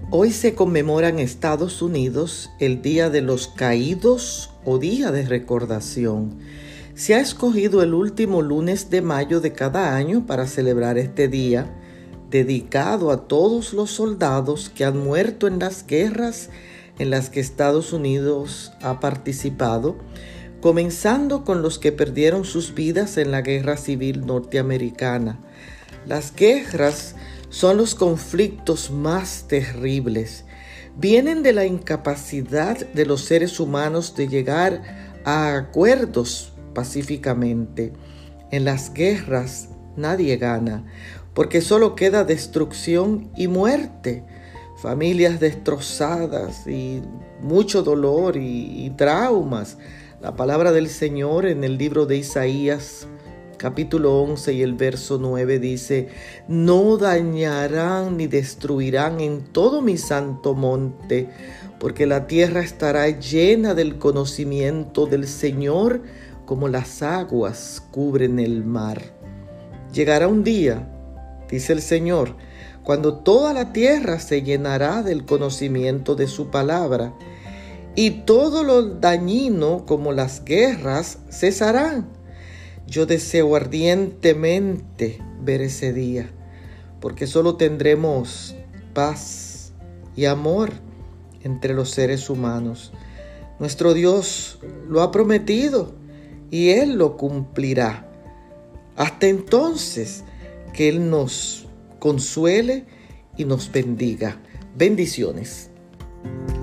Hoy se conmemora en Estados Unidos el Día de los Caídos o Día de Recordación. Se ha escogido el último lunes de mayo de cada año para celebrar este día, dedicado a todos los soldados que han muerto en las guerras en las que Estados Unidos ha participado, comenzando con los que perdieron sus vidas en la Guerra Civil Norteamericana. Las guerras son los conflictos más terribles. Vienen de la incapacidad de los seres humanos de llegar a acuerdos pacíficamente. En las guerras nadie gana, porque solo queda destrucción y muerte, familias destrozadas y mucho dolor y traumas. La palabra del Señor en el libro de Isaías, capítulo 11 y el verso 9 dice: no dañarán ni destruirán en todo mi santo monte, porque la tierra estará llena del conocimiento del Señor, como las aguas cubren el mar. Llegará un día, dice el Señor, cuando toda la tierra se llenará del conocimiento de su palabra, y todo lo dañino como las guerras cesarán. Yo deseo ardientemente ver ese día, porque solo tendremos paz y amor entre los seres humanos. Nuestro Dios lo ha prometido y Él lo cumplirá. Hasta entonces, que Él nos consuele y nos bendiga. Bendiciones.